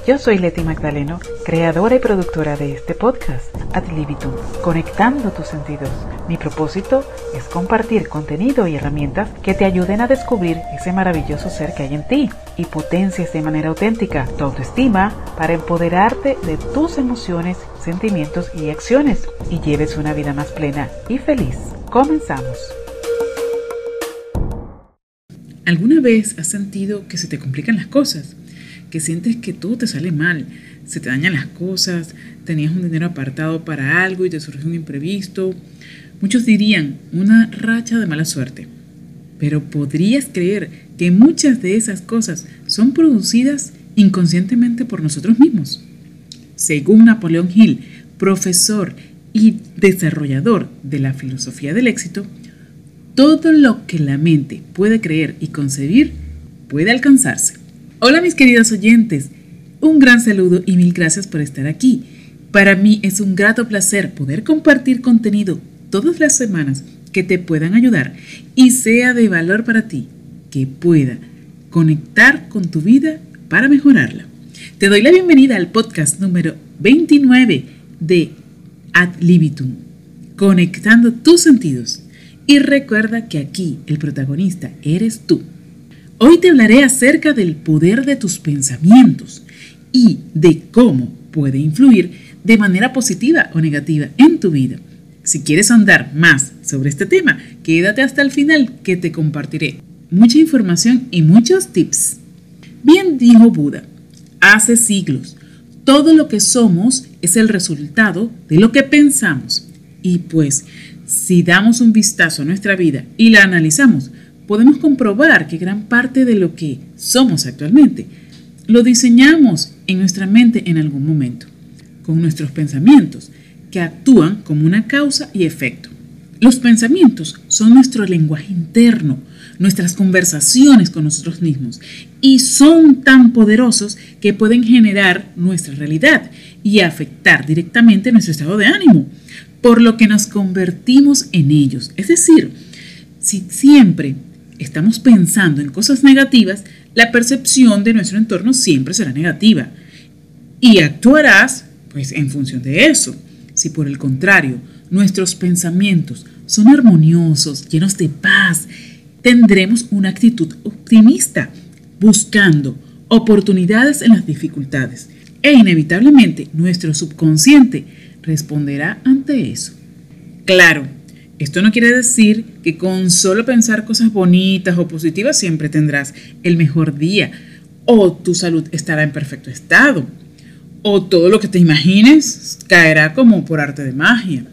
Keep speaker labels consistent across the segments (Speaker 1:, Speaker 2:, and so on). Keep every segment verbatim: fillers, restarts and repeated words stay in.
Speaker 1: Yo soy Leti Magdaleno, creadora y productora de este podcast, Ad Libitum, conectando tus sentidos. Mi propósito es compartir contenido y herramientas que te ayuden a descubrir ese maravilloso ser que hay en ti y potencies de manera auténtica tu autoestima para empoderarte de tus emociones, sentimientos y acciones y lleves una vida más plena y feliz. Comenzamos.
Speaker 2: ¿Alguna vez has sentido que se te complican las cosas? Que sientes que todo te sale mal, se te dañan las cosas, tenías un dinero apartado para algo y te surge un imprevisto. Muchos dirían una racha de mala suerte. Pero ¿podrías creer que muchas de esas cosas son producidas inconscientemente por nosotros mismos? Según Napoleón Hill, profesor y desarrollador de la filosofía del éxito, todo lo que la mente puede creer y concebir puede alcanzarse. Hola mis queridos oyentes, un gran saludo y mil gracias por estar aquí. Para mí es un grato placer poder compartir contenido todas las semanas que te puedan ayudar y sea de valor para ti, que pueda conectar con tu vida para mejorarla. Te doy la bienvenida al podcast número veintinueve de Ad Libitum, conectando tus sentidos. Y recuerda que aquí el protagonista eres tú. Hoy te hablaré acerca del poder de tus pensamientos y de cómo puede influir de manera positiva o negativa en tu vida. Si quieres ahondar más sobre este tema, quédate hasta el final que te compartiré mucha información y muchos tips. Bien dijo Buda, hace siglos, todo lo que somos es el resultado de lo que pensamos. Y pues, si damos un vistazo a nuestra vida y la analizamos, podemos comprobar que gran parte de lo que somos actualmente lo diseñamos en nuestra mente en algún momento, con nuestros pensamientos, que actúan como una causa y efecto. Los pensamientos son nuestro lenguaje interno, nuestras conversaciones con nosotros mismos, y son tan poderosos que pueden generar nuestra realidad y afectar directamente nuestro estado de ánimo, por lo que nos convertimos en ellos. Es decir, si siempre estamos pensando en cosas negativas, la percepción de nuestro entorno siempre será negativa y actuarás pues en función de eso. Si por el contrario nuestros pensamientos son armoniosos, llenos de paz, tendremos una actitud optimista, buscando oportunidades en las dificultades e inevitablemente nuestro subconsciente responderá ante eso. Claro, esto no quiere decir que con solo pensar cosas bonitas o positivas siempre tendrás el mejor día, o tu salud estará en perfecto estado, o todo lo que te imagines caerá como por arte de magia.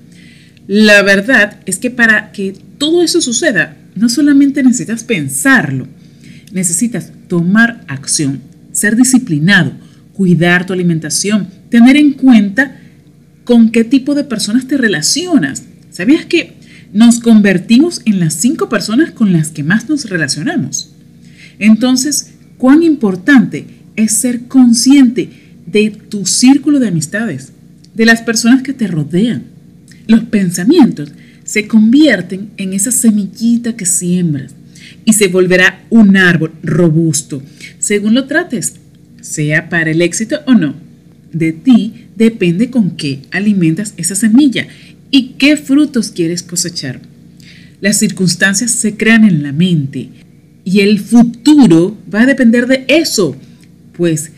Speaker 2: La verdad es que para que todo eso suceda, no solamente necesitas pensarlo, necesitas tomar acción, ser disciplinado, cuidar tu alimentación, tener en cuenta con qué tipo de personas te relacionas. ¿Sabías que nos convertimos en las cinco personas con las que más nos relacionamos? Entonces, ¿cuán importante es ser consciente de tu círculo de amistades, de las personas que te rodean? Los pensamientos se convierten en esa semillita que siembras y se volverá un árbol robusto, según lo trates, sea para el éxito o no. De ti depende con qué alimentas esa semilla y qué frutos quieres cosechar. Las circunstancias se crean en la mente y el futuro va a depender de eso. Pues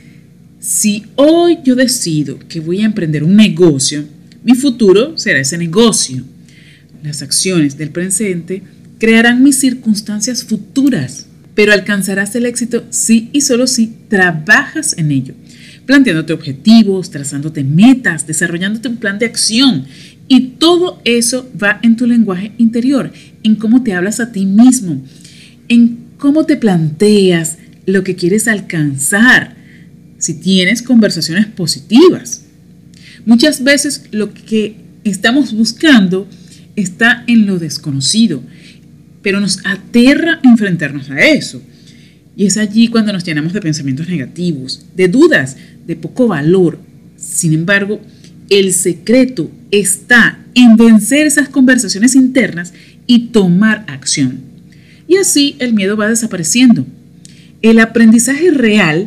Speaker 2: si hoy yo decido que voy a emprender un negocio, mi futuro será ese negocio. Las acciones del presente crearán mis circunstancias futuras, pero alcanzarás el éxito si y solo si trabajas en ello, planteándote objetivos, trazándote metas, desarrollándote un plan de acción. Y todo eso va en tu lenguaje interior, en cómo te hablas a ti mismo, en cómo te planteas lo que quieres alcanzar, si tienes conversaciones positivas. Muchas veces lo que estamos buscando está en lo desconocido, pero nos aterra enfrentarnos a eso. Y es allí cuando nos llenamos de pensamientos negativos, de dudas, de poco valor. Sin embargo, el secreto está en vencer esas conversaciones internas y tomar acción. Y así el miedo va desapareciendo. El aprendizaje real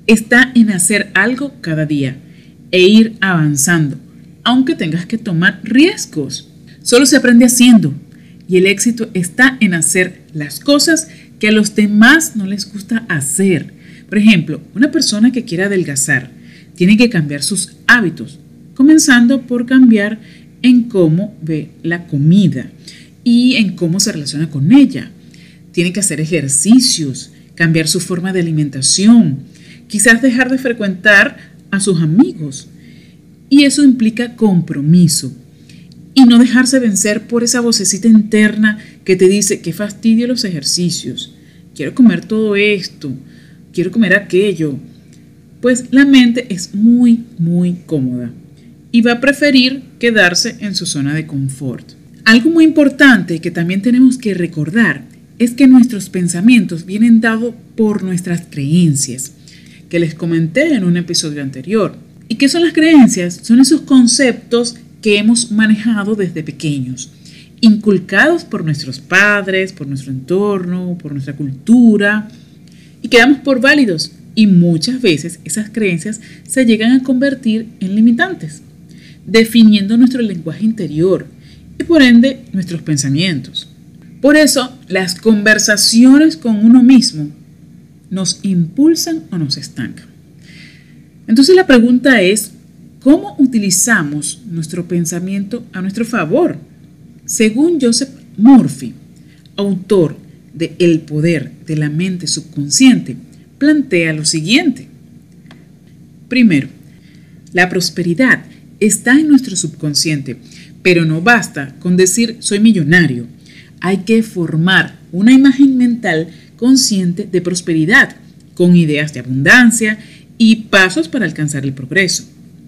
Speaker 2: está en hacer algo cada día e ir avanzando, aunque tengas que tomar riesgos. Solo se aprende haciendo y el éxito está en hacer las cosas que a los demás no les gusta hacer. Por ejemplo, una persona que quiera adelgazar tiene que cambiar sus hábitos, comenzando por cambiar en cómo ve la comida y en cómo se relaciona con ella. Tiene que hacer ejercicios, cambiar su forma de alimentación, quizás dejar de frecuentar a sus amigos. Y eso implica compromiso y no dejarse vencer por esa vocecita interna que te dice qué fastidio los ejercicios, quiero comer todo esto, quiero comer aquello. Pues la mente es muy, muy cómoda y va a preferir quedarse en su zona de confort. Algo muy importante que también tenemos que recordar es que nuestros pensamientos vienen dados por nuestras creencias, que les comenté en un episodio anterior. ¿Y qué son las creencias? Son esos conceptos que hemos manejado desde pequeños, inculcados por nuestros padres, por nuestro entorno, por nuestra cultura, y que damos por válidos. Y muchas veces esas creencias se llegan a convertir en limitantes, definiendo nuestro lenguaje interior y por ende nuestros pensamientos. Por eso, las conversaciones con uno mismo nos impulsan o nos estancan. Entonces la pregunta es, ¿cómo utilizamos nuestro pensamiento a nuestro favor? Según Joseph Murphy, autor de El poder de la mente subconsciente, plantea lo siguiente. Primero, la prosperidad está en nuestro subconsciente, pero no basta con decir soy millonario. Hay que formar una imagen mental consciente de prosperidad, con ideas de abundancia y pasos para alcanzar el progreso.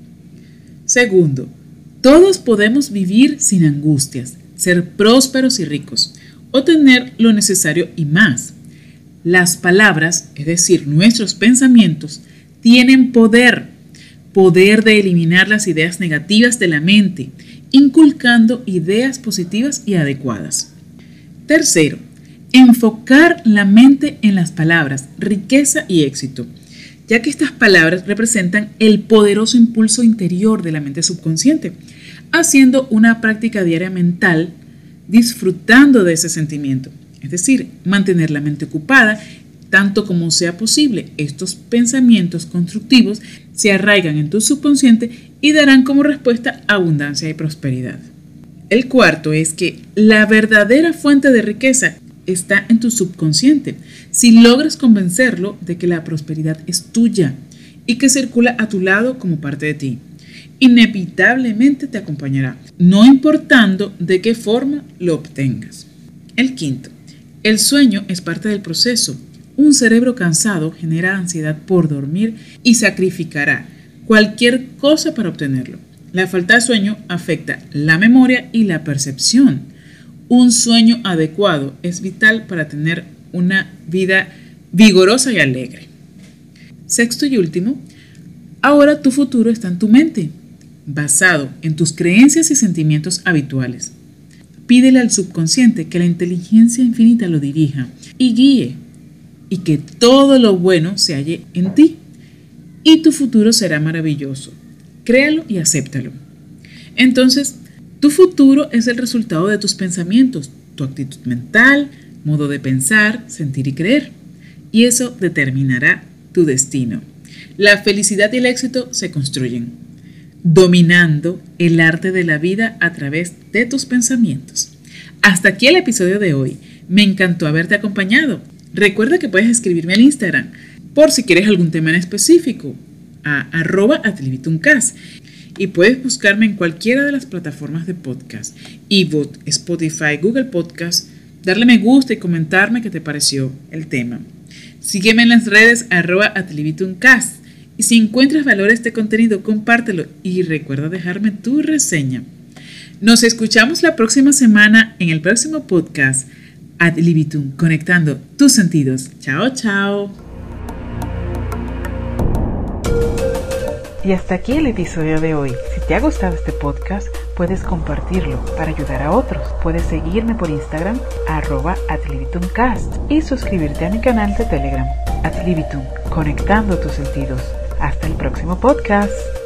Speaker 2: Segundo, todos podemos vivir sin angustias, ser prósperos y ricos, o tener lo necesario y más. Las palabras, es decir, nuestros pensamientos, tienen poder, poder de eliminar las ideas negativas de la mente, inculcando ideas positivas y adecuadas. Tercero, enfocar la mente en las palabras riqueza y éxito, ya que estas palabras representan el poderoso impulso interior de la mente subconsciente, haciendo una práctica diaria mental, disfrutando de ese sentimiento, es decir, mantener la mente ocupada tanto como sea posible. Estos pensamientos constructivos se arraigan en tu subconsciente y darán como respuesta abundancia y prosperidad. El cuarto es que la verdadera fuente de riqueza está en tu subconsciente. Si logras convencerlo de que la prosperidad es tuya y que circula a tu lado como parte de ti, inevitablemente te acompañará, no importando de qué forma lo obtengas. El quinto, el sueño es parte del proceso. Un cerebro cansado genera ansiedad por dormir y sacrificará cualquier cosa para obtenerlo. La falta de sueño afecta la memoria y la percepción. Un sueño adecuado es vital para tener una vida vigorosa y alegre. Sexto y último, ahora tu futuro está en tu mente, basado en tus creencias y sentimientos habituales. Pídele al subconsciente que la inteligencia infinita lo dirija y guíe, y que todo lo bueno se halle en ti, y tu futuro será maravilloso. Créalo y acéptalo. Entonces, tu futuro es el resultado de tus pensamientos, tu actitud mental, modo de pensar, sentir y creer. Y eso determinará tu destino. La felicidad y el éxito se construyen, dominando el arte de la vida a través de tus pensamientos. Hasta aquí el episodio de hoy. Me encantó haberte acompañado. Recuerda que puedes escribirme al Instagram por si quieres algún tema en específico, a arroba atlibitumcast, y puedes buscarme en cualquiera de las plataformas de podcast, iVoox, Spotify, Google Podcast, darle me gusta y comentarme qué te pareció el tema. Sígueme en las redes arroba atlibitumcast, y si encuentras valor a este contenido, compártelo y recuerda dejarme tu reseña. Nos escuchamos la próxima semana en el próximo podcast Ad Libitum, conectando tus sentidos. Chao, chao.
Speaker 1: Y hasta aquí el episodio de hoy. Si te ha gustado este podcast, puedes compartirlo para ayudar a otros. Puedes seguirme por Instagram, arroba Ad Libitumcast, y suscribirte a mi canal de Telegram, Ad Libitum, conectando tus sentidos. Hasta el próximo podcast.